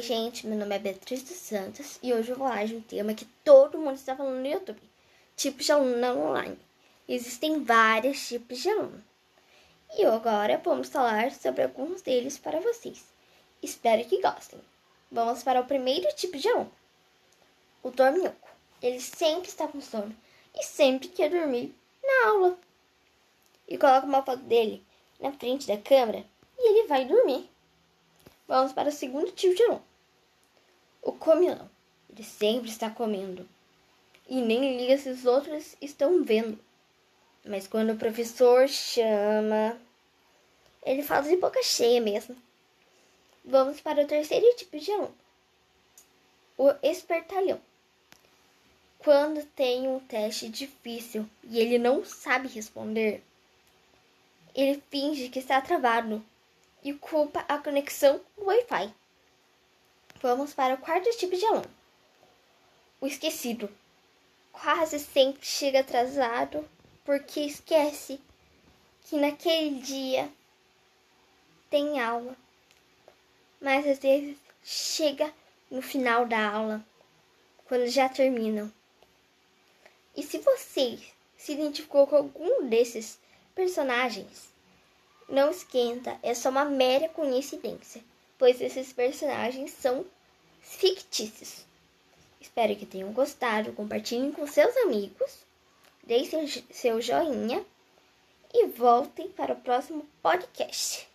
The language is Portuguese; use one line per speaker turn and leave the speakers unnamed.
gente, meu nome é Beatriz dos Santos e hoje eu vou falar de um tema que todo mundo está falando no YouTube. Tipos de aluno online. Existem vários tipos de aluno. E agora vamos falar sobre alguns deles para vocês. Espero que gostem. Vamos para o primeiro tipo de aluno. O dorminhoco. Ele sempre está com sono e sempre quer dormir na aula. E coloca uma foto dele na frente da câmera e ele vai dormir. Vamos para o segundo tipo de aluno. O comilão. Ele sempre está comendo e nem liga se os outros estão vendo. Mas quando o professor chama, ele fala de boca cheia mesmo. Vamos para o terceiro tipo de aluno. O espertalhão. Quando tem um teste difícil e ele não sabe responder, ele finge que está travado e culpa a conexão do Wi-Fi. Vamos para o quarto tipo de aluno. O esquecido. Quase sempre chega atrasado porque esquece que naquele dia tem aula. Mas às vezes chega no final da aula, quando já terminam. E se você se identificou com algum desses personagens, não esquenta, é só uma mera coincidência, pois esses personagens são fictícios. Espero que tenham gostado, compartilhem com seus amigos, deixem seu joinha e voltem para o próximo podcast.